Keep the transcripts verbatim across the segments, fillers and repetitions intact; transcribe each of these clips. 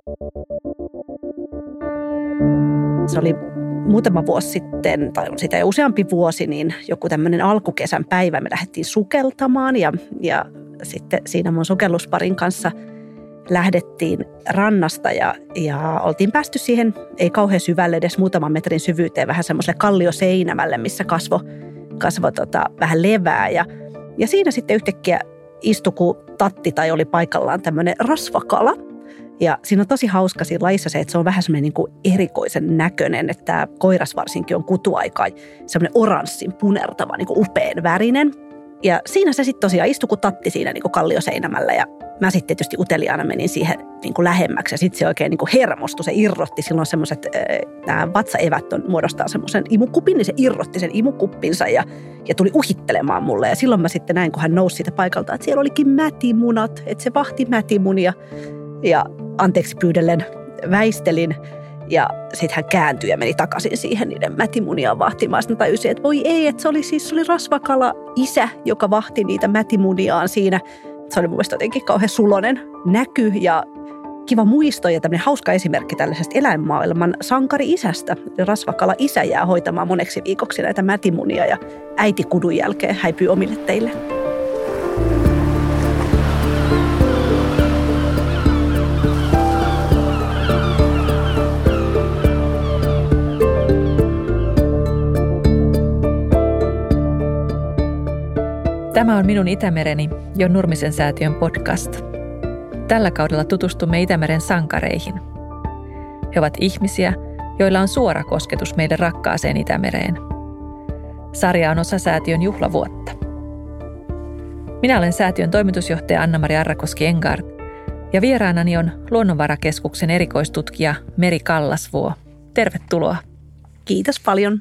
Se oli muutama vuosi sitten, tai on sitä jo useampi vuosi, niin joku tämmöinen alkukesän päivä me lähdettiin sukeltamaan ja, ja sitten siinä mun sukellusparin kanssa lähdettiin rannasta ja, ja oltiin päästy siihen, ei kauhean syvälle, edes muutaman metrin syvyyteen, vähän semmoiselle kallioseinämälle, missä kasvo, kasvo tota, vähän levää. Ja, ja siinä sitten yhtäkkiä istui, kun tatti tai oli paikallaan tämmöinen rasvakala. Ja siinä on tosi hauska siinä lajissa se, että se on vähän semmoinen niin kuin erikoisen näköinen, että tämä koiras varsinkin on kutuaikaan semmoinen oranssin punertava, niin kuin upean värinen. Ja siinä se sitten tosiaan istui, kun tatti siinä niin kuin kallioseinämällä ja mä sitten tietysti uteliaana menin siihen niin kuin lähemmäksi ja sitten se oikein niin kuin hermostui, se irrotti. Silloin semmoiset, nämä vatsaevät on, muodostaa semmoisen imukupin, niin se irrotti sen imukuppinsa ja, ja tuli uhittelemaan mulle. Ja silloin mä sitten näin, kun hän nousi siitä paikalta, että siellä olikin mätimunat, että se vahti mätimunia. Ja anteeksi pyydellen väistelin ja sitten hän kääntyi ja meni takaisin siihen niiden mätimunia vahtimaan. Sitten tajusin, että voi ei, että se oli siis se oli rasvakala isä, joka vahti niitä mätimuniaan siinä. Se oli mun mielestä jotenkin kauhean sulonen näky ja kiva muisto ja tämmöinen hauska esimerkki tällaisesta eläinmaailman sankari-isästä. Rasvakala isä jää hoitamaan moneksi viikoksi näitä mätimunia ja äiti kudun jälkeen häipyy omille teille. Tämä on Minun Itämereni, Jon Nurmisen säätiön podcast. Tällä kaudella tutustumme Itämeren sankareihin. He ovat ihmisiä, joilla on suora kosketus meidän rakkaaseen Itämereen. Sarja on osa säätiön juhlavuotta. Minä olen säätiön toimitusjohtaja Anna-Mari Arrakoski-Engard ja vieraanani on Luonnonvarakeskuksen erikoistutkija Meri Kallasvuo. Tervetuloa. Kiitos paljon.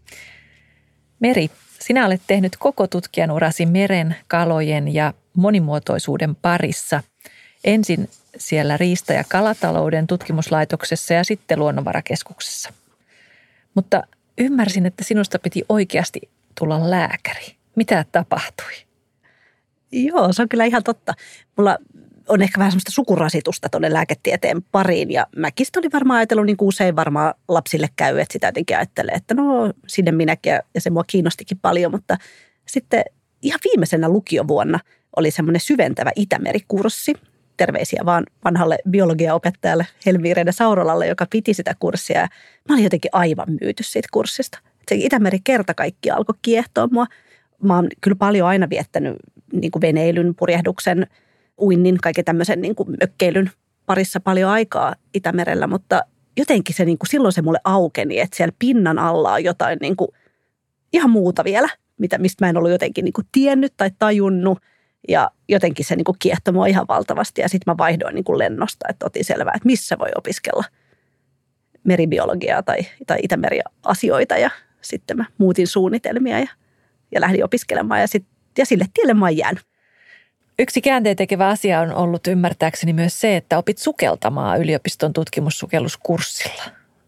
Meri, sinä olet tehnyt koko tutkijan urasi meren, kalojen ja monimuotoisuuden parissa. Ensin siellä riista- ja kalatalouden tutkimuslaitoksessa ja sitten Luonnonvarakeskuksessa. Mutta ymmärsin, että sinusta piti oikeasti tulla lääkäri. Mitä tapahtui? Joo, se on kyllä ihan totta. Mulla on ehkä vähän semmoista sukurasitusta tuonne lääketieteen pariin ja mäkin olin varmaan ajatellut, niin kuin usein varmaan lapsille käy, että sitä jotenkin ajattelee, että no sinne minäkin ja se mua kiinnostikin paljon, mutta sitten ihan viimeisenä lukiovuonna oli semmoinen syventävä Itämeri-kurssi. Terveisiä vaan vanhalle biologiaopettajalle Helmi-Irene Saurolalle, joka piti sitä kurssia ja mä olin jotenkin aivan myyty siitä kurssista. Se Itämeri kerta kaikki alkoi kiehtoa mua. Mä oon kyllä paljon aina viettänyt niin kuin veneilyn, purjehduksen, uinnin, kaiken tämmöisen niin kuin mökkeilyn parissa paljon aikaa Itämerellä, mutta jotenkin se niin kuin silloin se mulle aukeni, että siellä pinnan alla on jotain niin kuin ihan muuta vielä, mitä, mistä mä en ollut jotenkin niin kuin tiennyt tai tajunnut ja jotenkin se niin kuin kiehtoi mua ihan valtavasti ja sitten mä vaihdoin niin kuin lennosta, että otin selvää, että missä voi opiskella meribiologiaa tai, tai Itämeri-asioita ja sitten mä muutin suunnitelmia ja, ja lähdin opiskelemaan ja, sit, ja sille tielle mä oon jäänyt. Yksi käänteentekevä asia on ollut ymmärtääkseni myös se, että opit sukeltamaan yliopiston tutkimussukelluskurssilla.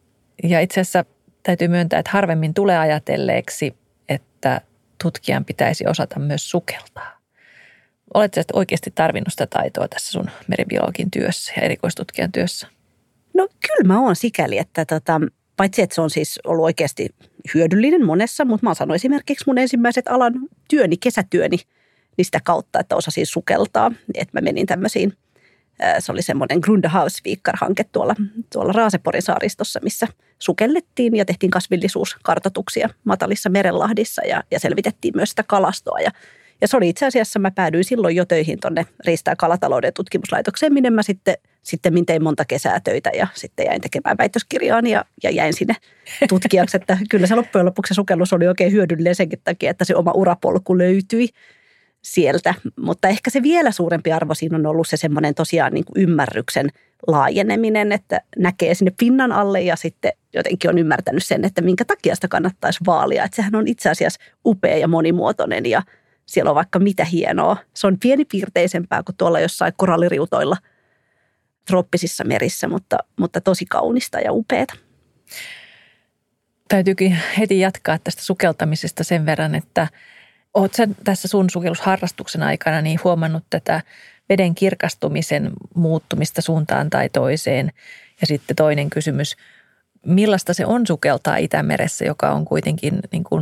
Ja itse asiassa täytyy myöntää, että harvemmin tulee ajatelleeksi, että tutkijan pitäisi osata myös sukeltaa. Oletko oikeasti tarvinnut sitä taitoa tässä sun meribiologin työssä ja erikoistutkijan työssä? No kyllä mä oon sikäli, että tota, paitsi että se on siis ollut oikeasti hyödyllinen monessa, mutta mä sanoin esimerkiksi mun ensimmäiset alan työni, kesätyöni, niin sitä kautta, että osasin sukeltaa. Että mä menin tämmöisiin, se oli semmoinen Grundehausviikar-hanke tuolla, tuolla Raaseporin saaristossa, missä sukellettiin ja tehtiin kasvillisuuskartoituksia matalissa merenlahdissa ja, ja selvitettiin myös sitä kalastoa. Ja, ja se oli itse asiassa, mä päädyin silloin jo töihin tuonne riista- ja kalatalouden tutkimuslaitokseen, minne mä sitten, sitten tein monta kesää töitä ja sitten jäin tekemään väitöskirjaan ja, ja jäin sinne tutkijaksi. Että kyllä se loppujen lopuksi se sukellus oli oikein hyödyllinen senkin takia, että se oma urapolku löytyi sieltä, mutta ehkä se vielä suurempi arvo siinä on ollut se semmoinen tosiaan niin kuin ymmärryksen laajeneminen, että näkee sinne pinnan alle ja sitten jotenkin on ymmärtänyt sen, että minkä takia sitä kannattaisi vaalia. Että sehän on itse asiassa upea ja monimuotoinen ja siellä on vaikka mitä hienoa. Se on pienipiirteisempää kuin tuolla jossain koralliriutoilla trooppisissa merissä, mutta, mutta tosi kaunista ja upeata. Täytyykin heti jatkaa tästä sukeltamisesta sen verran, että oletko sä tässä sun sukellusharrastuksen aikana niin huomannut tätä veden kirkastumisen muuttumista suuntaan tai toiseen. Ja sitten toinen kysymys, millaista se on sukeltaa Itämeressä, joka on kuitenkin, niin kuin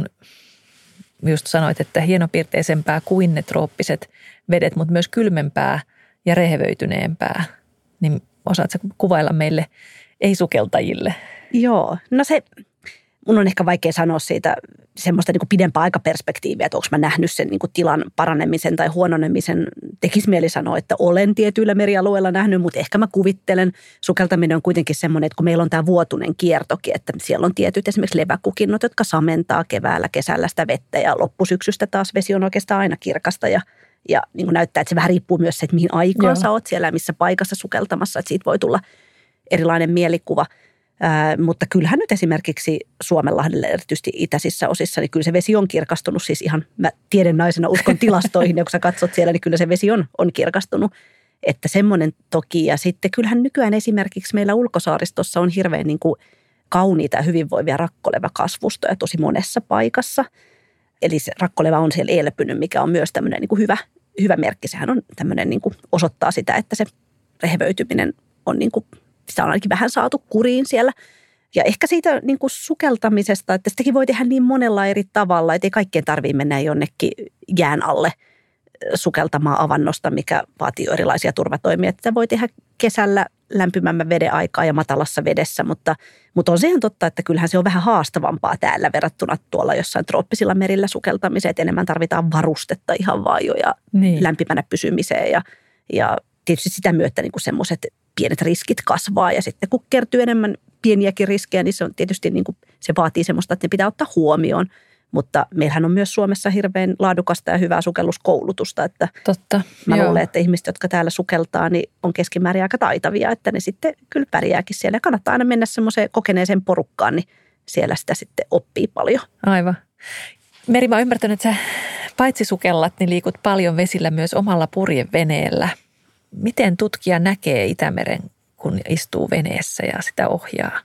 just sanoit, että hienopiirteisempää kuin ne trooppiset vedet, mutta myös kylmempää ja rehevöityneempää. Niin osaatko kuvailla meille ei-sukeltajille? Joo, no se, mun on ehkä vaikea sanoa siitä semmoista niin kuin pidempää aikaperspektiiviä, että onko mä nähnyt sen niin kuin tilan paranemisen tai huononemisen. Tekisi mieli sanoa, että olen tietyillä merialueilla nähnyt, mutta ehkä mä kuvittelen. Sukeltaminen on kuitenkin semmoinen, että kun meillä on tämä vuotuinen kiertokin, että siellä on tietyt esimerkiksi leväkukinnot, jotka samentaa keväällä, kesällä sitä vettä ja loppusyksystä taas vesi on oikeastaan aina kirkasta ja Ja niin kuin näyttää, että se vähän riippuu myös se, että mihin aikaan Joo. sä oot siellä ja missä paikassa sukeltamassa, että siitä voi tulla erilainen mielikuva. Ää, mutta kyllähän nyt esimerkiksi Suomenlahdelle, erityisesti itäisissä osissa, niin kyllä se vesi on kirkastunut. Siis ihan mä tiedennaisena uskon tilastoihin, ja kun sä katsot siellä, niin kyllä se vesi on, on kirkastunut. Että semmoinen toki. Ja sitten kyllähän nykyään esimerkiksi meillä ulkosaaristossa on hirveän niin kuin kauniita ja hyvinvoivia rakkoleväkasvustoja tosi monessa paikassa. Eli se rakkolevä on siellä elpynyt, mikä on myös tämmöinen niin kuin hyvä, hyvä merkki. Sehän on tämmöinen, niin kuin osoittaa sitä, että se rehevöityminen on niin kuin, sitä on ainakin vähän saatu kuriin siellä. Ja ehkä siitä niin kuin sukeltamisesta, että sitäkin voi tehdä niin monella eri tavalla, että ei kaikkien tarvitse mennä jonnekin jään alle sukeltamaan avannosta, mikä vaatii jo erilaisia turvatoimia. Että sitä voi tehdä kesällä lämpimämmän veden aikaa ja matalassa vedessä, mutta, mutta on se ihan totta, että kyllähän se on vähän haastavampaa täällä verrattuna tuolla jossain trooppisilla merillä sukeltamiseen, että enemmän tarvitaan varustetta ihan vaan jo ja niin. lämpimänä pysymiseen ja, ja tietysti sitä myötä niin kuin semmoiset pienet riskit kasvaa ja sitten kun kertyy enemmän pieniäkin riskejä, niin se on tietysti niin kuin, se vaatii semmoista, että ne pitää ottaa huomioon. Mutta meillähän on myös Suomessa hirveän laadukasta ja hyvää sukelluskoulutusta, että Totta, mä joo. luulen, että ihmiset, jotka täällä sukeltaa, niin on keskimäärin aika taitavia, että ne sitten kyllä pärjääkin siellä. Ja kannattaa aina mennä semmoiseen kokeneeseen porukkaan, niin siellä sitä sitten oppii paljon. Aivan. Meri, mä oon ymmärtänyt, että sä paitsi sukellat, niin liikut paljon vesillä myös omalla purjeveneellä. Miten tutkija näkee Itämeren, kun istuu veneessä ja sitä ohjaa?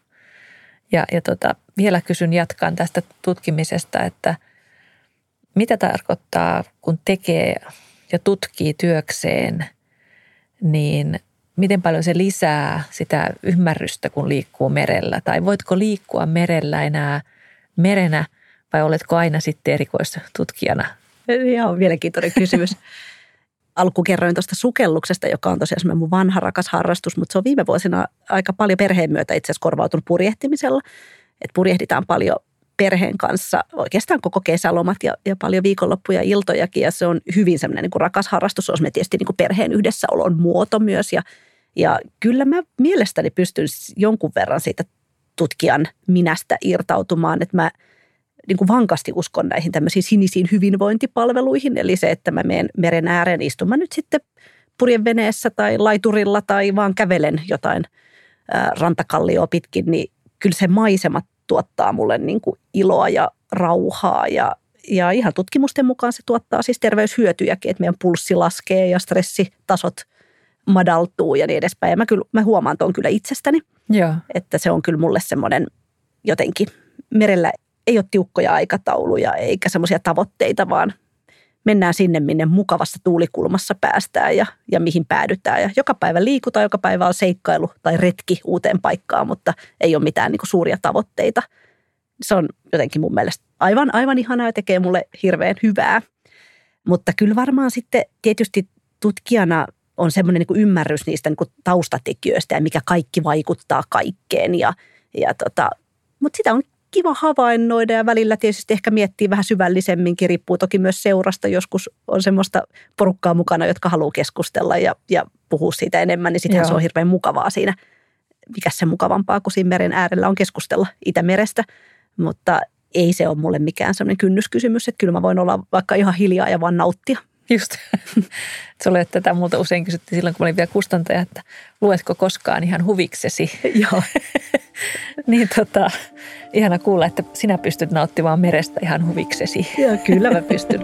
Ja, ja tota, vielä kysyn jatkaan tästä tutkimisesta, että mitä tarkoittaa, kun tekee ja tutkii työkseen, niin miten paljon se lisää sitä ymmärrystä, kun liikkuu merellä? Tai voitko liikkua merellä enää merenä vai oletko aina sitten erikoistutkijana? Ihan on mielenkiintoinen kysymys. Alku kerroin tuosta sukelluksesta, joka on tosiaan semmoinen mun vanha rakas harrastus, mutta se on viime vuosina aika paljon perheen myötä itse asiassa korvautunut purjehtimisella. Että purjehditaan paljon perheen kanssa oikeastaan koko kesälomat ja, ja paljon viikonloppuja ja iltojakin. Ja se on hyvin semmoinen niin kuin rakas harrastus. Se on tietysti niin kuin perheen yhdessäolon muoto myös. Ja, ja kyllä mä mielestäni pystyn jonkun verran siitä tutkijan minästä irtautumaan, että mä niin kuin vankasti uskon näihin tämmöisiin sinisiin hyvinvointipalveluihin. Eli se, että mä menen meren ääreen, istun mä nyt sitten purjeveneessä tai laiturilla tai vaan kävelen jotain ää, rantakallioa pitkin, niin kyllä se maisemat tuottaa mulle niin kuin iloa ja rauhaa. Ja, ja ihan tutkimusten mukaan se tuottaa siis terveyshyötyjäkin, että meidän pulssi laskee ja stressitasot madaltuu ja niin edespäin. Ja mä, kyllä, mä huomaan tuon kyllä itsestäni, Joo. että se on kyllä mulle semmoinen jotenkin merellä ei ole tiukkoja aikatauluja eikä semmoisia tavoitteita, vaan mennään sinne, minne mukavassa tuulikulmassa päästään ja, ja mihin päädytään. Ja joka päivä liikutaan, joka päivä on seikkailu tai retki uuteen paikkaan, mutta ei ole mitään niin kuin suuria tavoitteita. Se on jotenkin mun mielestä aivan, aivan ihanaa ja tekee mulle hirveän hyvää. Mutta kyllä varmaan sitten tietysti tutkijana on semmoinen niin kuin ymmärrys niistä niin kuin taustatekijöistä ja mikä kaikki vaikuttaa kaikkeen. Ja, ja tota, mutta sitä on kiva havainnoida ja välillä tietysti ehkä miettii vähän syvällisemminkin, riippuu toki myös seurasta. Joskus on semmoista porukkaa mukana, jotka haluaa keskustella ja, ja puhua siitä enemmän, niin sittenhän se on hirveän mukavaa siinä. Mikäs se mukavampaa, kun siinä meren äärellä on keskustella Itämerestä, mutta ei se ole mulle mikään semmoinen kynnyskysymys, että kyllä mä voin olla vaikka ihan hiljaa ja vaan nauttia. Just. Sulle tätä multa usein kysyttiin silloin, kun mä olin vielä kustantaja, että luetko koskaan ihan huviksesi? Joo. Niin tota, ihana kuulla, että sinä pystyt nauttimaan merestä ihan huviksesi. Joo, kyllä mä pystyn.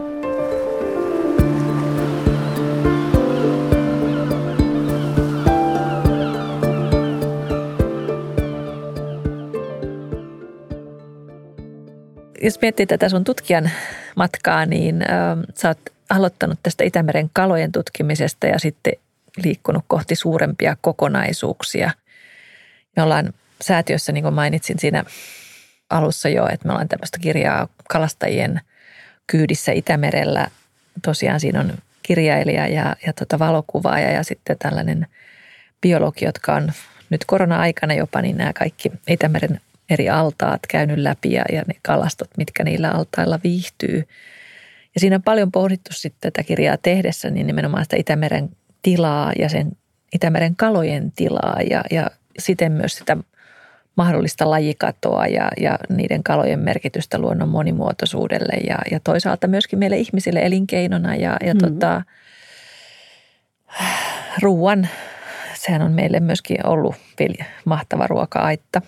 Jos miettii tätä sun tutkijan matkaa, niin äh, sä oot aloittanut tästä Itämeren kalojen tutkimisesta ja sitten liikkunut kohti suurempia kokonaisuuksia. Me ollaan säätiössä, niin kuin mainitsin siinä alussa jo, että me ollaan tämmöistä kirjaa kalastajien kyydissä Itämerellä. Tosiaan siinä on kirjailija ja, ja tota valokuvaaja ja sitten tällainen biologi, jotka on nyt korona-aikana jopa niin nämä kaikki Itämeren eri altaat käynyt läpi ja, ja ne kalastot, mitkä niillä altailla viihtyy. Ja siinä on paljon pohdittu sitten tätä kirjaa tehdessä, niin nimenomaan sitä Itämeren tilaa ja sen Itämeren kalojen tilaa ja, ja siten myös sitä mahdollista lajikatoa ja, ja niiden kalojen merkitystä luonnon monimuotoisuudelle ja, ja toisaalta myöskin meille ihmisille elinkeinona ja, ja mm. tota, ruuan. Sehän on meille myöskin ollut mahtava ruoka-aitta.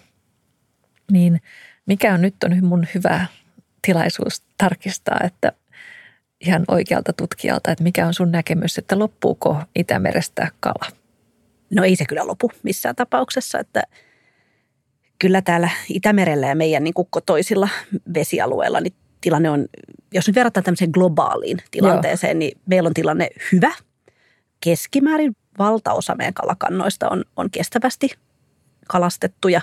Niin mikä on nyt on mun hyvä tilaisuus tarkistaa, että ihan oikealta tutkijalta, että mikä on sun näkemys, että loppuuko Itämerestä kala? No ei se kyllä lopu missään tapauksessa, että kyllä täällä Itämerellä ja meidän niin kuin toisilla vesialueilla niin tilanne on, jos nyt verrataan tämmöiseen globaaliin tilanteeseen, Joo. niin meillä on tilanne hyvä. Keskimäärin valtaosa meidän kalakannoista on, on kestävästi kalastettuja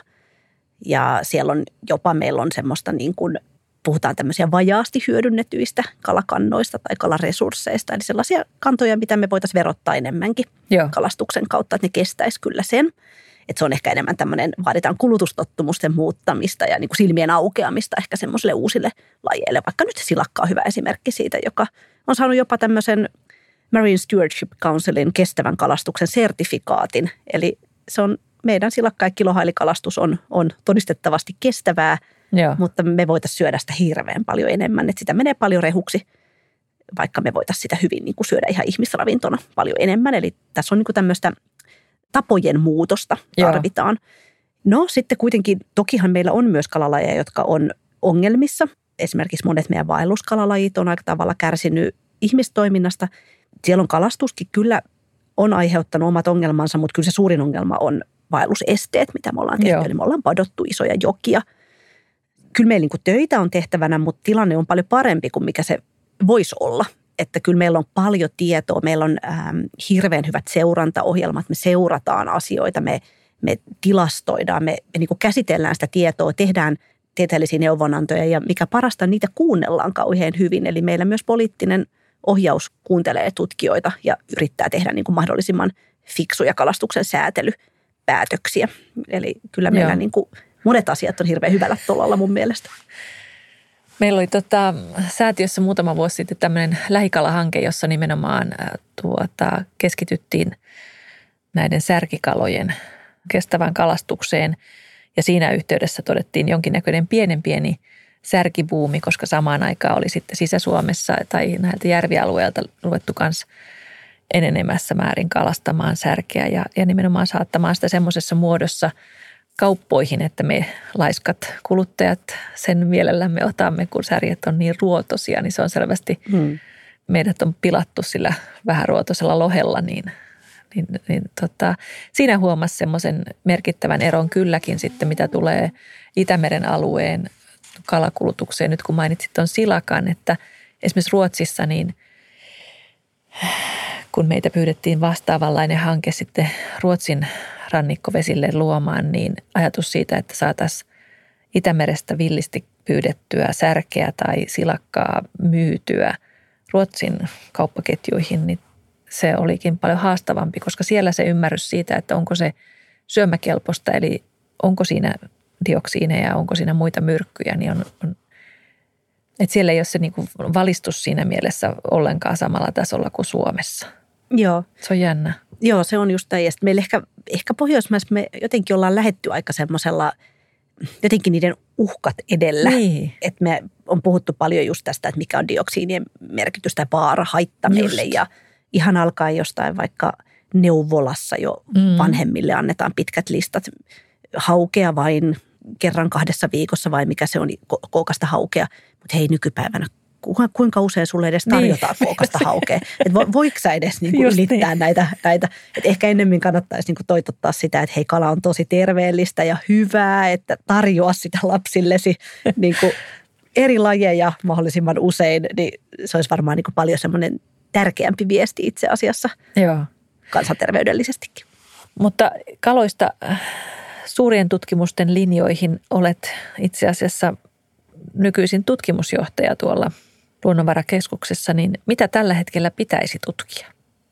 ja siellä on jopa meillä on semmoista niin kuin, puhutaan tämmöisiä vajaasti hyödynnetyistä kalakannoista tai kalaresursseista, eli sellaisia kantoja, mitä me voitaisiin verottaa enemmänkin Joo. kalastuksen kautta, että ne kestäisi kyllä sen. Että se on ehkä enemmän tämmöinen, vaaditaan kulutustottumusten muuttamista ja niin kuin silmien aukeamista ehkä semmoisille uusille lajeille. Vaikka nyt silakka on hyvä esimerkki siitä, joka on saanut jopa tämmöisen Marine Stewardship Councilin kestävän kalastuksen sertifikaatin. Eli se on meidän silakka- ja kilohailijakalastus on, on todistettavasti kestävää, Joo. mutta me voitaisiin syödä sitä hirveän paljon enemmän. Että sitä menee paljon rehuksi, vaikka me voitaisiin sitä hyvin niin kuin syödä ihan ihmisravintona paljon enemmän. Eli tässä on niin kuin tämmöistä tapojen muutosta tarvitaan. Joo. No sitten kuitenkin, tokihan meillä on myös kalalajeja, jotka on ongelmissa. Esimerkiksi monet meidän vaelluskalalajit on aika tavalla kärsinyt ihmistoiminnasta. Siellä on kalastuskin kyllä on aiheuttanut omat ongelmansa, mutta kyllä se suurin ongelma on vaellusesteet, mitä me ollaan tehty. Joo. Eli me ollaan padottu isoja jokia. Kyllä meillä niin kuin töitä on tehtävänä, mutta tilanne on paljon parempi kuin mikä se voisi olla. Että kyllä meillä on paljon tietoa, meillä on ähm, hirveän hyvät seurantaohjelmat, me seurataan asioita, me, me tilastoidaan, me, me niin kuin käsitellään sitä tietoa, tehdään tieteellisiä neuvonantoja ja mikä parasta, niitä kuunnellaan kauhean hyvin. Eli meillä myös poliittinen ohjaus kuuntelee tutkijoita ja yrittää tehdä niin kuin mahdollisimman fiksuja kalastuksen säätelypäätöksiä. Eli kyllä meillä niin kuin monet asiat on hirveän hyvällä tolalla mun mielestä. Meillä oli tota, säätiössä muutama vuosi sitten tämmöinen lähikalahanke, jossa nimenomaan tuota, keskityttiin näiden särkikalojen kestävään kalastukseen. Ja siinä yhteydessä todettiin jonkinnäköinen pienen pieni särkibuumi, koska samaan aikaan oli sitten Sisä-Suomessa tai näiltä järvialueilta ruvettu kanssa enenemässä määrin kalastamaan särkeä ja, ja nimenomaan saattamaan sitä semmoisessa muodossa kauppoihin, että me laiskat kuluttajat sen mielellämme otamme, kun särjet on niin ruotosia, niin se on selvästi, hmm. meidät on pilattu sillä vähän ruotosella lohella, niin, niin, niin tota, siinä huomasi semmoisen merkittävän eron kylläkin sitten, mitä tulee Itämeren alueen kalakulutukseen. Nyt kun mainitsit tuon silakan, että esimerkiksi Ruotsissa, niin kun meitä pyydettiin vastaavanlainen hanke sitten Ruotsin rannikkovesille luomaan, niin ajatus siitä, että saataisiin Itämerestä villisti pyydettyä särkeä tai silakkaa myytyä Ruotsin kauppaketjuihin, niin se olikin paljon haastavampi, koska siellä se ymmärrys siitä, että onko se syömäkelpoista, eli onko siinä dioksiineja, onko siinä muita myrkkyjä, niin on, on että siellä ei ole se niinku valistus siinä mielessä ollenkaan samalla tasolla kuin Suomessa. Joo. Se on jännä. Joo, se on just tämä. Ja meillä ehkä, ehkä Pohjoismaissa me jotenkin ollaan lähdetty aika semmoisella, jotenkin niiden uhkat edellä. Niin. Että me on puhuttu paljon just tästä, että mikä on dioksiinien merkitys tai vaara, haitta just meille. Ja ihan alkaen jostain vaikka neuvolassa jo mm. vanhemmille annetaan pitkät listat. Haukea vain kerran kahdessa viikossa vai mikä se on, kookasta haukea. Mutta hei, nykypäivänä kuinka usein sulle edes tarjotaan niin. kookasta haukea. Että vo, voiko sä edes niinku ylittää niin. näitä. näitä. Että ehkä ennemmin kannattaisi niinku toitottaa sitä, että hei, kala on tosi terveellistä ja hyvää, että tarjoa sitä lapsillesi niinku eri lajeja mahdollisimman usein. Niin se olisi varmaan niinku paljon semmoinen tärkeämpi viesti itse asiassa. Joo. kansanterveydellisestikin. Mutta kaloista suurien tutkimusten linjoihin olet itse asiassa nykyisin tutkimusjohtaja tuolla Luonnonvarakeskuksessa, niin mitä tällä hetkellä pitäisi tutkia?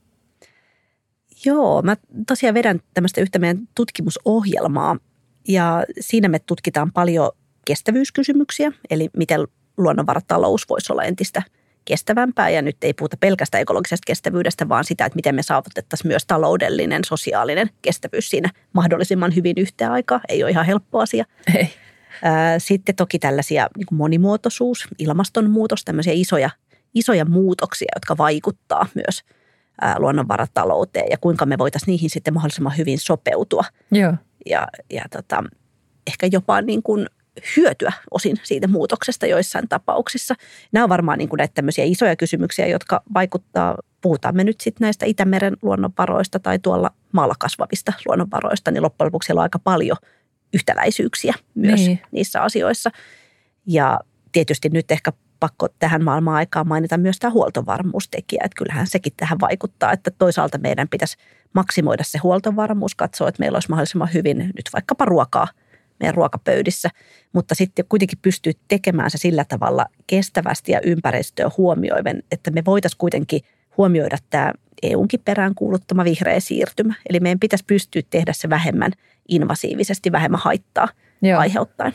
Joo, mä tosiaan vedän tämmöistä yhtä meidän tutkimusohjelmaa ja siinä me tutkitaan paljon kestävyyskysymyksiä, eli miten luonnonvaratalous voisi olla entistä kestävämpää ja nyt ei puhuta pelkästään ekologisesta kestävyydestä, vaan sitä, että miten me saavutettaisiin myös taloudellinen, sosiaalinen kestävyys siinä mahdollisimman hyvin yhtä aikaa. Ei ole ihan helppo asia. Ei. Sitten toki tällaisia niin kuin monimuotoisuus, ilmastonmuutos, tämmöisiä isoja, isoja muutoksia, jotka vaikuttaa myös luonnonvaratalouteen ja kuinka me voitaisiin niihin sitten mahdollisimman hyvin sopeutua. Joo. Ja, ja tota, ehkä jopa niin kuin hyötyä osin siitä muutoksesta joissain tapauksissa. Nämä on varmaan niin kuin näitä tämmöisiä isoja kysymyksiä, jotka vaikuttaa, puhutaan me nyt sitten näistä Itämeren luonnonvaroista tai tuolla maalla kasvavista luonnonvaroista, niin loppujen lopuksi siellä on aika paljon yhtäläisyyksiä myös niin niissä asioissa. Ja tietysti nyt ehkä pakko tähän maailman aikaan mainita myös tämä huoltovarmuustekijä, että kyllähän sekin tähän vaikuttaa, että toisaalta meidän pitäisi maksimoida se huoltovarmuus, katsoa, että meillä olisi mahdollisimman hyvin nyt vaikkapa ruokaa meidän ruokapöydissä, mutta sitten kuitenkin pystyy tekemään se sillä tavalla kestävästi ja ympäristöä huomioiven, että me voitaisiin kuitenkin huomioida tämä E U:nkin perään kuuluttama vihreä siirtymä. Eli meidän pitäisi pystyä tehdä se vähemmän invasiivisesti, vähemmän haittaa Joo. aiheuttaen.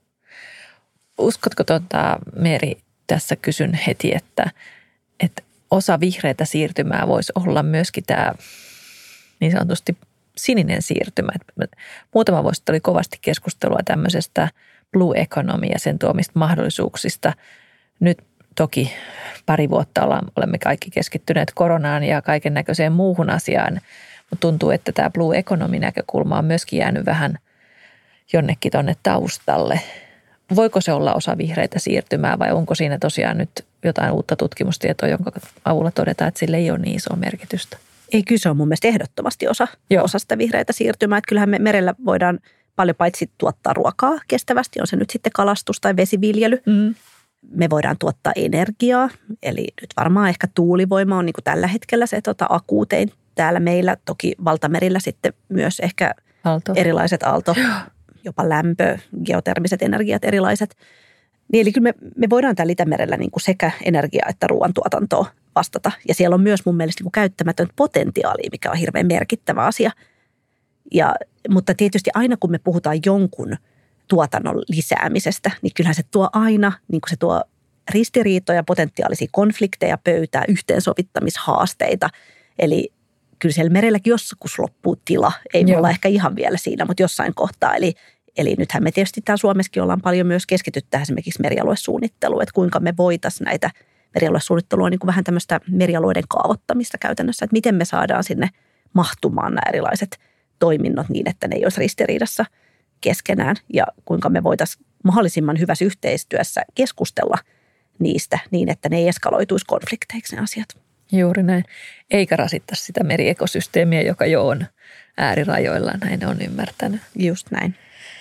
Uskotko tuota, Meeri, tässä kysyn heti, että, että osa vihreätä siirtymää voisi olla myöskin tämä niin sanotusti sininen siirtymä. Muutama vuosi oli kovasti keskustelua tämmöisestä blue economy ja sen tuomista mahdollisuuksista. Nyt toki pari vuotta ollaan, olemme kaikki keskittyneet koronaan ja kaiken näköiseen muuhun asiaan, mutta tuntuu, että tämä blue economy näkökulma on myöskin jäänyt vähän jonnekin tuonne taustalle. Voiko se olla osa vihreitä siirtymää vai onko siinä tosiaan nyt jotain uutta tutkimustietoa, jonka avulla todetaan, että sillä ei ole niin isoa merkitystä? Ei, kyllä se on mun mielestä ehdottomasti osa, osa sitä vihreitä siirtymää. Että kyllähän me merellä voidaan paljon paitsi tuottaa ruokaa kestävästi, on se nyt sitten kalastus tai vesiviljely. Mm. Me voidaan tuottaa energiaa, eli nyt varmaan ehkä tuulivoima on niin kuin tällä hetkellä se tota, akuutein täällä meillä. Toki valtamerillä sitten myös ehkä Aalto. erilaiset aalto, jopa lämpö, geotermiset energiat erilaiset. Niin, eli kyllä me, me voidaan täällä Itämerellä niin kuin sekä energiaa että ruoantuotantoa vastata. Ja siellä on myös mun mielestä niin kuin käyttämätöntä potentiaalia, mikä on hirveän merkittävä asia. Ja, mutta tietysti aina kun me puhutaan jonkun tuotannon lisäämisestä, niin kyllähän se tuo aina, niin kuin se tuo ristiriitoja, potentiaalisia konflikteja pöytää, yhteensovittamishaasteita. Eli kyllä siellä merelläkin joskus loppuu tila. Ei me olla ehkä ihan vielä siinä, mutta jossain kohtaa. Eli, eli nythän me tietysti täällä Suomessakin ollaan paljon myös keskitytty tähän esimerkiksi merialuesuunnitteluun, että kuinka me voitaisiin näitä merialuesuunnittelua niin kuin vähän tämmöistä merialueiden kaavoittamista käytännössä, että miten me saadaan sinne mahtumaan nämä erilaiset toiminnot niin, että ne ei olisi ristiriidassa keskenään ja kuinka me voitaisiin mahdollisimman hyvässä yhteistyössä keskustella niistä niin, että ne ei eskaloituisi konflikteiksi ne asiat. Juuri näin. Eikä rasittaa sitä meriekosysteemiä, joka jo on äärirajoilla, näin on ymmärtänyt. Just näin.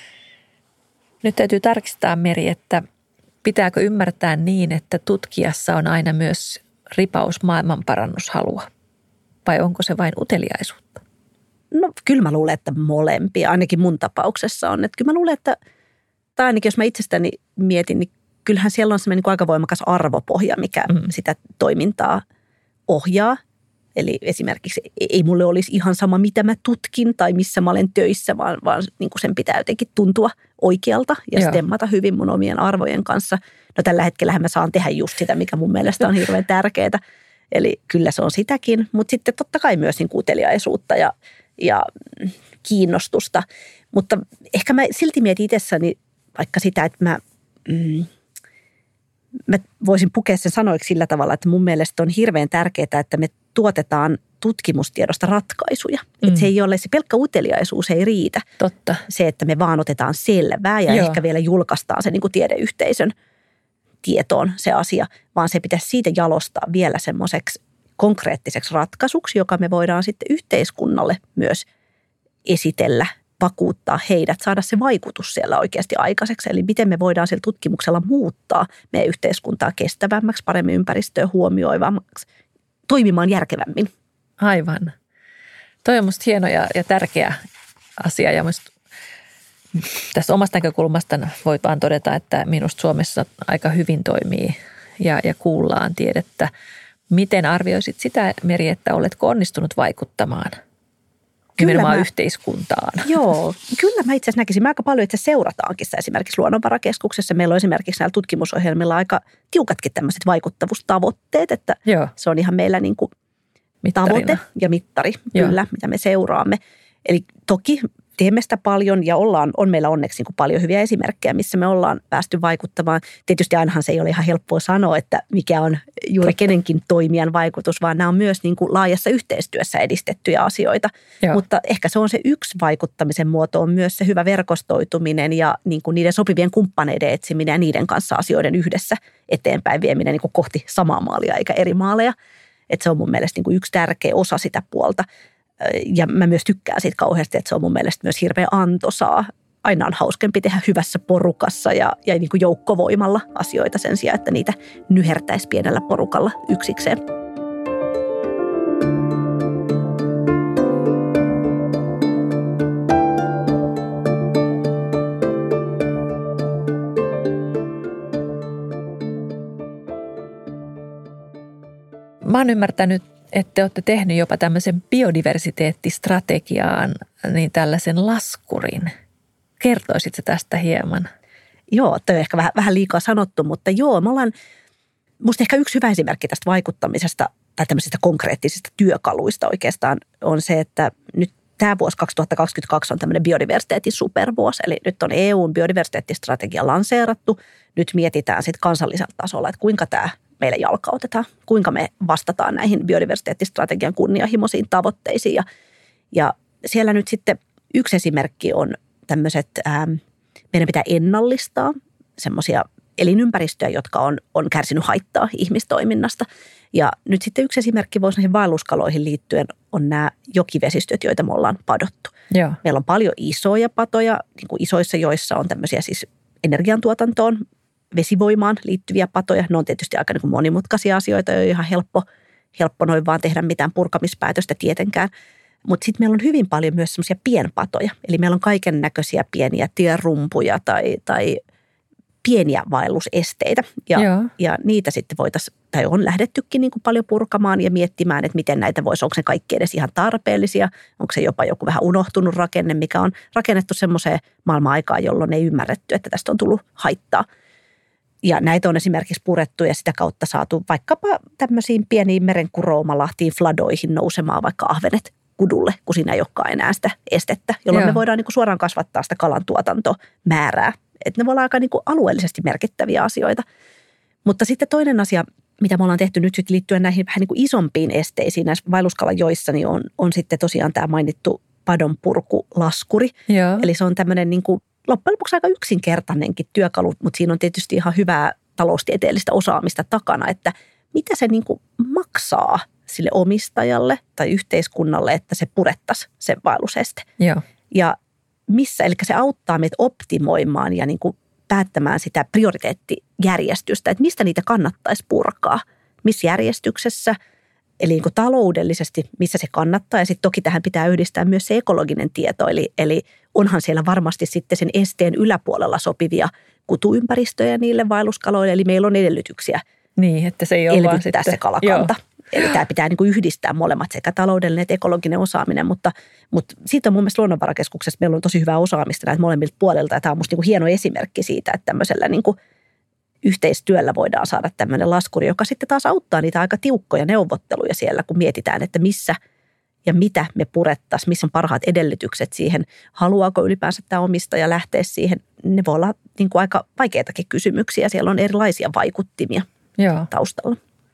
Nyt täytyy tarkistaa, Meri, että pitääkö ymmärtää niin, että tutkijassa on aina myös ripaus maailmanparannushalua? Vai onko se vain uteliaisuutta? No kyllä mä luulen, että molempia, ainakin mun tapauksessa on. Että kyllä mä luulen, että, tai ainakin jos mä itsestäni mietin, niin kyllähän siellä on semmoinen niin aika voimakas arvopohja, mikä mm. sitä toimintaa ohjaa. Eli esimerkiksi ei mulle olisi ihan sama, mitä mä tutkin tai missä mä olen töissä, vaan, vaan niin kuin sen pitää jotenkin tuntua oikealta ja Joo. stemmata hyvin mun omien arvojen kanssa. No tällä hetkellä mä saan tehdä just sitä, mikä mun mielestä on hirveän tärkeää. Eli kyllä se on sitäkin, mutta sitten totta kai myös niin uteliaisuutta ja, ja kiinnostusta. Mutta ehkä mä silti mietin itsessäni vaikka sitä, että mä... Mm, Mä voisin pukea sen sanoiksi sillä tavalla, että mun mielestä on hirveän tärkeää, että me tuotetaan tutkimustiedosta ratkaisuja. Mm. Että se ei ole, se pelkkä uteliaisuus ei riitä. Totta. Se, että me vaan otetaan selvää ja Joo. ehkä vielä julkaistaan se niin kuin tiedeyhteisön tietoon se asia, vaan se pitäisi siitä jalostaa vielä semmoiseksi konkreettiseksi ratkaisuksi, joka me voidaan sitten yhteiskunnalle myös esitellä, vakuuttaa heidät, saada se vaikutus siellä oikeasti aikaiseksi. Eli miten me voidaan sillä tutkimuksella muuttaa meidän yhteiskuntaa kestävämmäksi, paremmin ympäristöä huomioivammaksi, toimimaan järkevämmin. Aivan. Toi on musta hieno ja, ja tärkeä asia ja musta tästä omasta näkökulmasta voit vaan todeta, että minusta Suomessa aika hyvin toimii ja, ja kuullaan tiedettä. Miten arvioisit sitä, Meri, että oletko onnistunut vaikuttamaan nimenomaan mä, yhteiskuntaan? Joo, kyllä mä itse asiassa näkisin. Mä aika paljon itse seurataankin sitä esimerkiksi Luonnonvarakeskuksessa. Meillä on esimerkiksi näillä tutkimusohjelmilla aika tiukatkin tämmöiset vaikuttavuustavoitteet, että Joo. se on ihan meillä niin kuin tavoite ja mittari, Joo. kyllä, mitä me seuraamme. Eli toki teemme sitä paljon ja ollaan, on meillä onneksi niin kuin paljon hyviä esimerkkejä, missä me ollaan päästy vaikuttamaan. Tietysti ainahan se ei ole ihan helppoa sanoa, että mikä on juuri Totta. kenenkin toimijan vaikutus, vaan nämä on myös niin kuin laajassa yhteistyössä edistettyjä asioita. Joo. Mutta ehkä se on se yksi vaikuttamisen muoto, on myös se hyvä verkostoituminen ja niin kuin niiden sopivien kumppaneiden etsiminen ja niiden kanssa asioiden yhdessä eteenpäin vieminen niin kuin kohti samaa maalia eikä eri maaleja. Että se on mun mielestä niin kuin yksi tärkeä osa sitä puolta. Ja mä myös tykkään siitä kauheasti, että se on mun mielestä myös hirveän antoisaa. Aina on hauskempi tehdä hyvässä porukassa ja, ja niin kuin joukkovoimalla asioita sen sijaan, että niitä nyhertäisi pienellä porukalla yksikseen. Mä oon ymmärtänyt, että te olette tehnyt jopa tämmöisen biodiversiteettistrategiaan niin tällaisen laskurin. Kertoisitko tästä hieman? Joo, toi on ehkä vähän, vähän liikaa sanottu, mutta joo, me ollaan, musta ehkä yksi hyvä esimerkki tästä vaikuttamisesta tai tämmöisistä konkreettisista työkaluista oikeastaan on se, että nyt tämä vuosi kaksituhattakaksikymmentäkaksi on tämmöinen biodiversiteetin supervuosi, eli nyt on E U:n biodiversiteettistrategia lanseerattu. Nyt mietitään sitten kansallisella tasolla, että kuinka tämä meillä jalkautetaan, kuinka me vastataan näihin biodiversiteettistrategian kunnianhimoisiin tavoitteisiin. Ja, ja siellä nyt sitten yksi esimerkki on tämmöiset, ää, meidän pitää ennallistaa semmoisia elinympäristöjä, jotka on, on kärsinyt haittaa ihmistoiminnasta. Ja nyt sitten yksi esimerkki voisi näihin vaelluskaloihin liittyen on nämä jokivesistöt, joita me ollaan padottu. Joo. Meillä on paljon isoja patoja, niin kuin isoissa joissa on tämmöisiä siis energiantuotantoon, vesivoimaan liittyviä patoja. Ne on tietysti aika niin kuin monimutkaisia asioita, ei ole ihan helppo, helppo noin vaan tehdä mitään purkamispäätöstä tietenkään. Mutta sitten meillä on hyvin paljon myös semmoisia pienpatoja. Eli meillä on kaiken näköisiä pieniä tierumpuja tai, tai pieniä vaellusesteitä. Ja, ja niitä sitten voitaisiin, tai on lähdettykin niin kuin paljon purkamaan ja miettimään, että miten näitä voisi, onko se kaikki edes ihan tarpeellisia, onko se jopa joku vähän unohtunut rakenne, mikä on rakennettu semmoiseen maailman-aikaan, jolloin ei ymmärretty, että tästä on tullut haittaa. Ja näitä on esimerkiksi purettu ja sitä kautta saatu vaikkapa tämmöisiin pieniin merenkuroumalahtiin, fladoihin nousemaan vaikka ahvenet kudulle, kun siinä ei olekaan enää sitä estettä, jolloin Joo. me voidaan niin kuin suoraan kasvattaa sitä kalantuotantomäärää. Että ne voi olla aika niin kuin alueellisesti merkittäviä asioita. Mutta sitten toinen asia, mitä me ollaan tehty nyt liittyen näihin vähän niin kuin isompiin esteisiin näissä vaelluskalajoissa, niin on, on sitten tosiaan tämä mainittu padonpurkulaskuri. Joo. Eli se on tämmöinen niin kuin loppujen lopuksi aika yksinkertainenkin työkalu, mutta siinä on tietysti ihan hyvää taloustieteellistä osaamista takana, että mitä se niin kuin maksaa sille omistajalle tai yhteiskunnalle, että se purettaisiin se vaelluseste. Joo. Ja missä, eli se auttaa meitä optimoimaan ja niin kuin päättämään sitä prioriteettijärjestystä, että mistä niitä kannattaisi purkaa, missä järjestyksessä, eli niin kuin taloudellisesti, missä se kannattaa. Ja sitten toki tähän pitää yhdistää myös se ekologinen tieto, eli, eli onhan siellä varmasti sitten sen esteen yläpuolella sopivia kutuympäristöjä niille vaelluskaloille, eli meillä on edellytyksiä niin, että se ei ole elvyttää vaan sitten se kalakanta. Joo. Eli tämä pitää niin kuin yhdistää molemmat, sekä taloudellinen että ekologinen osaaminen, mutta, mutta siitä on mun mielestä Luonnonvarakeskuksessa meillä on tosi hyvää osaamista näitä molemmilta puolelta, ja tämä on musta niin kuin hieno esimerkki siitä, että tämmöisellä niin kuin yhteistyöllä voidaan saada tämmöinen laskuri, joka sitten taas auttaa niitä aika tiukkoja neuvotteluja siellä, kun mietitään, että missä ja mitä me purettaisiin, missä on parhaat edellytykset siihen, haluaako ylipäänsä tämä omistaja lähteä siihen. Ne voi olla niin kuin aika vaikeitakin kysymyksiä, siellä on erilaisia vaikuttimia Joo. taustalla.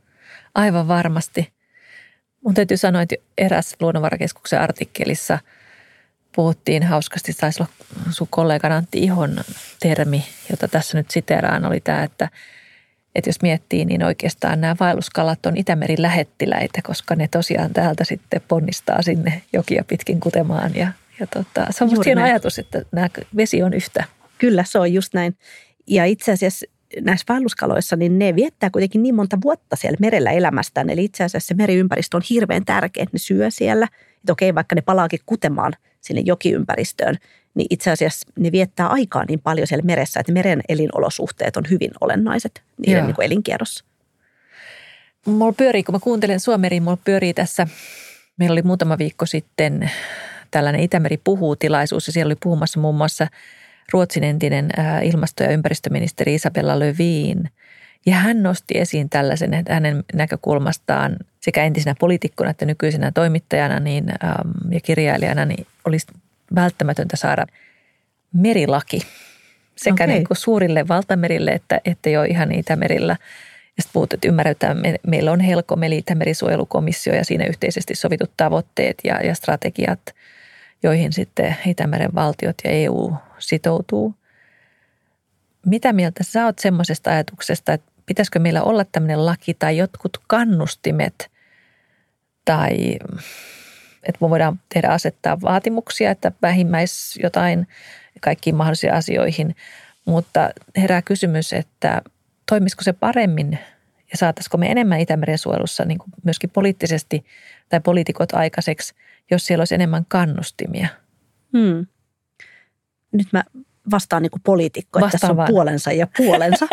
Aivan varmasti. Mun täytyy sanoa, että eräs Luonnonvarakeskuksen artikkelissa puhuttiin hauskasti, taisi olla sun kollegan Antti Ihon termi, jota tässä nyt siteeraan, oli tämä, että, että jos miettii, niin oikeastaan nämä vaelluskalat on Itämerin lähettiläitä, koska ne tosiaan täältä sitten ponnistaa sinne jokia pitkin kutemaan. Ja, ja tota, se on musta hieno ajatus, että nämä vesi on yhtä. Kyllä, se on just näin. Ja itse asiassa näissä vaelluskaloissa, niin ne viettää kuitenkin niin monta vuotta siellä merellä elämästään. Eli itse asiassa se meriympäristö on hirveän tärkeä, että ne syö siellä. Että okei, vaikka ne palaakin kutemaan sinne jokiympäristöön, niin itse asiassa ne viettää aikaa niin paljon siellä meressä, että meren elinolosuhteet on hyvin olennaiset niiden niin kuin elinkierrossa. Mulla pyörii, kun mä kuuntelen Suomeriin, mulla pyörii tässä, meillä oli muutama viikko sitten tällainen Itämeri puhuu -tilaisuus ja siellä oli puhumassa muun muassa Ruotsin entinen ilmasto- ja ympäristöministeri Isabella Lövin. Ja hän nosti esiin tällaisen, että hänen näkökulmastaan sekä entisenä poliitikkona että nykyisenä toimittajana niin, äm, ja kirjailijana niin olisi välttämätöntä saada merilaki sekä okay. niin kuin suurille valtamerille että, että jo ihan Itämerillä. Ja sitten puhut, että ymmärretään, me, meillä on HELCOM eli Itämerisuojelukomissio ja siinä yhteisesti sovitut tavoitteet ja, ja strategiat, joihin sitten Itämeren valtiot ja E U sitoutuu. Mitä mieltä sä oot semmoisesta ajatuksesta, että pitäisikö meillä olla tämmöinen laki tai jotkut kannustimet tai että me voidaan tehdä asettaa vaatimuksia, että vähimmäis jotain kaikkiin mahdollisiin asioihin, mutta herää kysymys, että toimisiko se paremmin ja saataisiko me enemmän Itämeren suojelussa niin kuin myöskin poliittisesti tai poliitikot aikaiseksi, jos siellä olisi enemmän kannustimia? Hmm. Nyt mä vastaan niin kuin poliitikko, että tässä on vaan puolensa ja puolensa.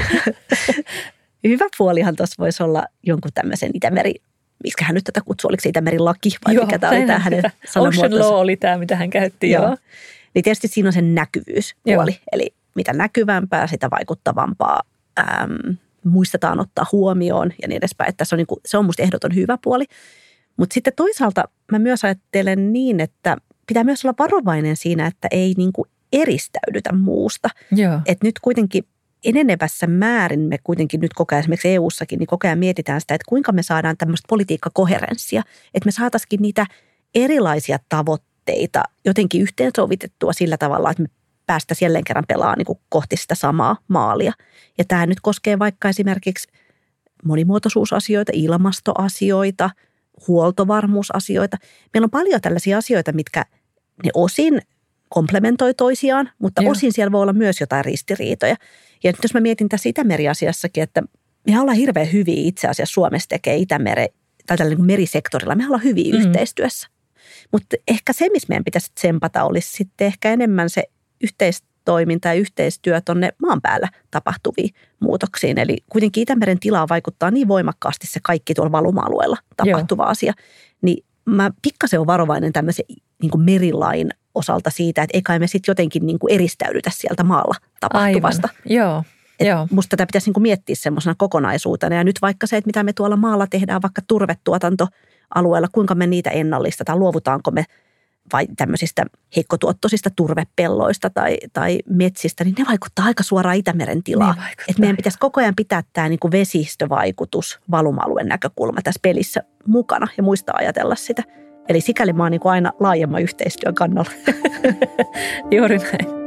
Hyvä puolihan tuossa voisi olla jonkun tämmöisen Itämeri, miskähän nyt tätä kutsuu, oliko se Itämerin laki vai joo, mikä tämä oli tämä hänen sanamuotonsa? Ocean law oli tämä, mitä hän käytti. Joo. Joo. Niin tietysti siinä on sen näkyvyyspuoli, joo. Eli mitä näkyvämpää, sitä vaikuttavampaa äm, muistetaan ottaa huomioon ja niin edespäin. Että se on, niin kuin, se on musta ehdoton hyvä puoli. Mutta sitten toisaalta mä myös ajattelen niin, että pitää myös olla varovainen siinä, että ei niin kuin eristäydytä muusta. Että nyt kuitenkin enenevässä määrin me kuitenkin nyt koko ajan esimerkiksi E U:ssakin, niin koko ajan mietitään sitä, että kuinka me saadaan tämmöistä politiikkakoherenssia, että me saataisiin niitä erilaisia tavoitteita jotenkin yhteensovitettua sillä tavalla, että me päästäisiin jälleen kerran pelaamaan niin kuin kohti sitä samaa maalia. Ja tämä nyt koskee vaikka esimerkiksi monimuotoisuusasioita, ilmastoasioita, huoltovarmuusasioita. Meillä on paljon tällaisia asioita, mitkä ne osin komplementoi toisiaan, mutta Joo. osin siellä voi olla myös jotain ristiriitoja. Ja nyt jos mä mietin tässä Itämeri-asiassakin, että me ollaan hirveän hyviä itse asiassa Suomessa tekee Itämere, tai tällä niin kuin merisektorilla, me ollaan hyviä mm. yhteistyössä. Mutta ehkä se, missä meidän pitäisi tsempata, olisi sitten ehkä enemmän se yhteistoiminta ja yhteistyö tuonne maan päällä tapahtuviin muutoksiin. Eli kuitenkin Itämeren tilaa vaikuttaa niin voimakkaasti se kaikki tuolla valuma-alueella tapahtuva Joo. asia. Niin mä pikkasen on varovainen tämmöisen niin kuin merilain osalta siitä, että ei kai me sitten jotenkin niin kuin eristäydytä sieltä maalla tapahtuvasta. Aivan. Joo. Joo. Musta tätä pitäisi niin kuin miettiä semmoisena kokonaisuutena. Ja nyt vaikka se, että mitä me tuolla maalla tehdään, vaikka turvetuotantoalueella, kuinka me niitä ennallistetaan, luovutaanko me vai tämmöisistä heikkotuottoisista turvepelloista tai, tai metsistä, niin ne vaikuttaa aika suoraan Itämeren tilaan. Että meidän pitäisi koko ajan pitää tämä niin kuin vesistövaikutus, valuma-alueen näkökulma tässä pelissä mukana ja muistaa ajatella sitä. Eli sikäli mä oon niin kuin aina laajemman yhteistyön kannalla. Juuri näin.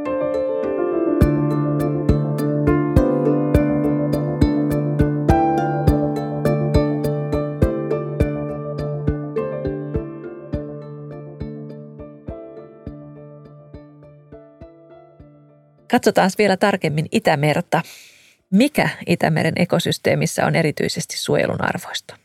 Katsotaan vielä tarkemmin Itämerta. Mikä Itämeren ekosysteemissä on erityisesti suojelun arvoista?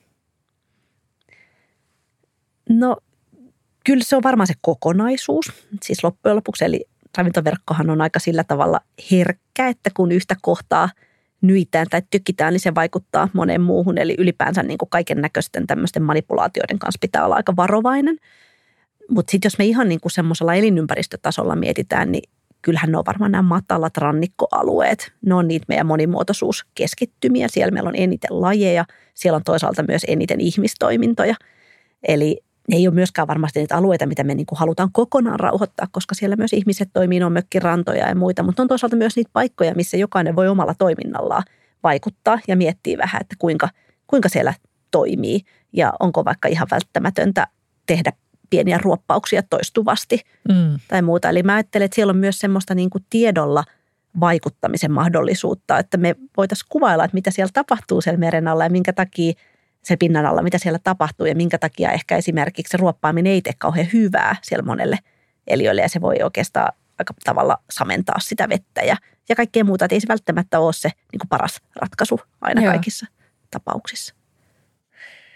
No kyllä se on varmaan se kokonaisuus. Siis loppujen lopuksi, eli ravintoverkkohan on aika sillä tavalla herkkä, että kun yhtä kohtaa nyitään tai tykitään, niin se vaikuttaa moneen muuhun. Eli ylipäänsä niin kuin kaiken näköisten tämmöisten manipulaatioiden kanssa pitää olla aika varovainen. Mutta sitten jos me ihan niin kuin semmoisella elinympäristötasolla mietitään, niin kyllähän ne on varmaan nämä matalat rannikkoalueet. Ne on niitä meidän monimuotoisuuskeskittymiä. Siellä meillä on eniten lajeja. Siellä on toisaalta myös eniten ihmistoimintoja. Eli ne ei ole myöskään varmasti niitä alueita, mitä me niin kuin halutaan kokonaan rauhoittaa, koska siellä myös ihmiset toimii, on mökkirantoja ja muita. Mutta on toisaalta myös niitä paikkoja, missä jokainen voi omalla toiminnallaan vaikuttaa ja miettiä vähän, että kuinka, kuinka siellä toimii. Ja onko vaikka ihan välttämätöntä tehdä pieniä ruoppauksia toistuvasti mm. tai muuta. Eli mä ajattelen, että siellä on myös semmoista niin kuin tiedolla vaikuttamisen mahdollisuutta, että me voitaisiin kuvailla, että mitä siellä tapahtuu siellä meren alla ja minkä takia se pinnan alla, mitä siellä tapahtuu ja minkä takia ehkä esimerkiksi se ruoppaaminen ei tee kauhean hyvää siellä monelle eliölle ja se voi oikeastaan aika tavalla samentaa sitä vettä ja, ja kaikkea muuta. Että ei se välttämättä ole se niin kuin paras ratkaisu aina Joo. kaikissa tapauksissa.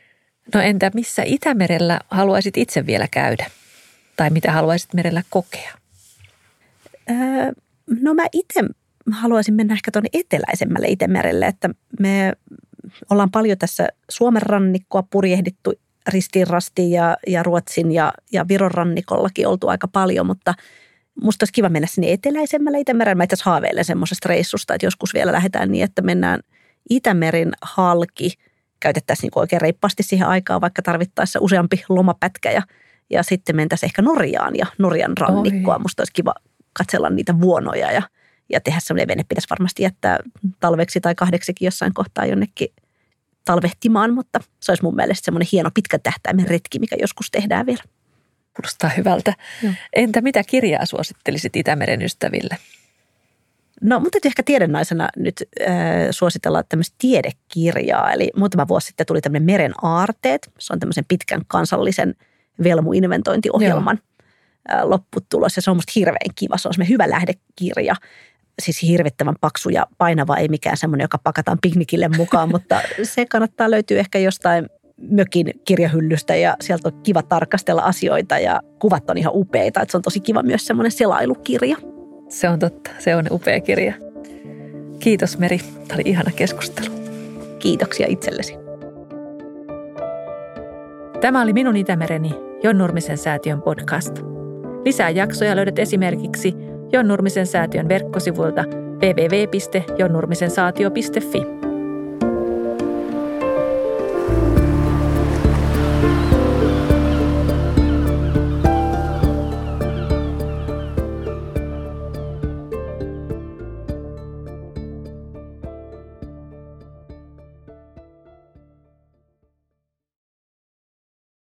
No entä missä Itämerellä haluaisit itse vielä käydä? Tai mitä haluaisit merellä kokea? Öö, no mä itse haluaisin mennä ehkä tuonne eteläisemmälle Itämerelle, että me ollaan paljon tässä Suomen rannikkoa purjehdittu ristiin rastiin ja, ja Ruotsin ja, ja Viron rannikollakin oltu aika paljon, mutta musta olisi kiva mennä sinne eteläisemmälle Itämerelle. Mä itse asiassa haaveilen semmoisesta reissusta, että joskus vielä lähdetään niin, että mennään Itämerin halki, käytettäisiin niin oikein reippaasti siihen aikaan, vaikka tarvittaessa useampi lomapätkä ja, ja sitten mentäisiin ehkä Norjaan ja Norjan rannikkoa. Oi. Musta olisi kiva katsella niitä vuonoja ja, ja tehdä semmoinen vene. Pitäisi varmasti jättää talveksi tai kahdeksikin jossain kohtaa jonnekin talvehtimaan, mutta se olisi mun mielestä semmoinen hieno pitkän tähtäimen retki, mikä joskus tehdään vielä. Kuulostaa hyvältä. Joo. Entä mitä kirjaa suosittelisit Itämeren ystäville? No mun täytyy ehkä tiedennaisena nyt äh, suositella tämmöistä tiedekirjaa. Eli muutama vuosi sitten tuli tämmöinen Meren aarteet. Se on tämmöisen pitkän kansallisen velmuinventointiohjelman äh, lopputulos. Ja se on musta hirveän kiva. Se on semmoinen hyvä lähdekirja. Siis hirvittävän paksu ja painava, ei mikään semmoinen, joka pakataan piknikille mukaan. Mutta se kannattaa löytyä ehkä jostain mökin kirjahyllystä ja sieltä on kiva tarkastella asioita ja kuvat on ihan upeita. Että se on tosi kiva myös semmoinen selailukirja. Se on totta. Se on upea kirja. Kiitos Meri. Tämä oli ihana keskustelu. Kiitoksia itsellesi. Tämä oli Minun Itämereni, Jon Nurmisen säätiön podcast. Lisää jaksoja löydät esimerkiksi Jon Nurmisen säätiön verkkosivuilta double-u double-u double-u piste jon nurmisen saatio piste fi.